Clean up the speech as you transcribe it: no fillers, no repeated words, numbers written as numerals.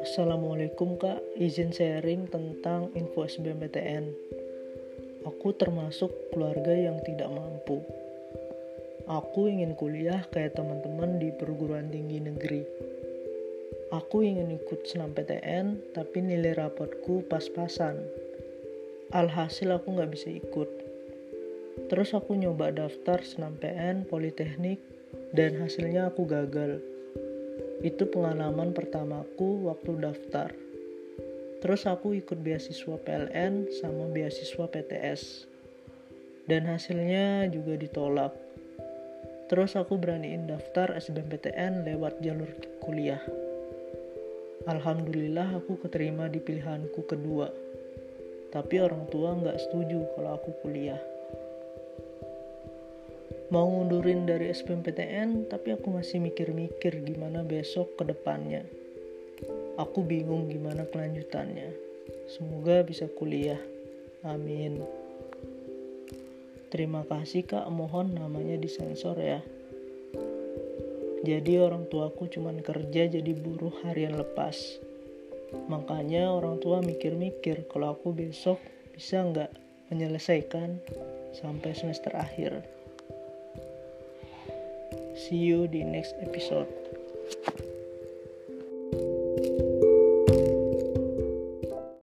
Assalamualaikum Kak, izin sharing tentang info SBMPTN. Aku termasuk keluarga yang tidak mampu. Aku ingin kuliah kayak teman-teman di perguruan tinggi negeri. Aku ingin ikut senam PTN, tapi nilai rapotku pas-pasan. Alhasil aku gak bisa ikut. Terus aku nyoba daftar senam PN, Politeknik, dan hasilnya aku gagal. Itu pengalaman pertamaku waktu daftar. Terus aku ikut beasiswa PLN sama beasiswa PTS. Dan hasilnya juga ditolak. Terus aku beraniin daftar SBMPTN lewat jalur kuliah. Alhamdulillah aku keterima di pilihanku kedua. Tapi orang tua gak setuju kalau aku kuliah. Mau ngundurin dari SBMPTN, tapi aku masih mikir-mikir gimana besok ke depannya. Aku bingung gimana kelanjutannya. Semoga bisa kuliah. Amin. Terima kasih Kak, mohon namanya disensor ya. Jadi orang tuaku cuman kerja jadi buruh harian lepas. Makanya orang tua mikir-mikir kalau aku besok bisa nggak menyelesaikan sampai semester akhir. See you di next episode.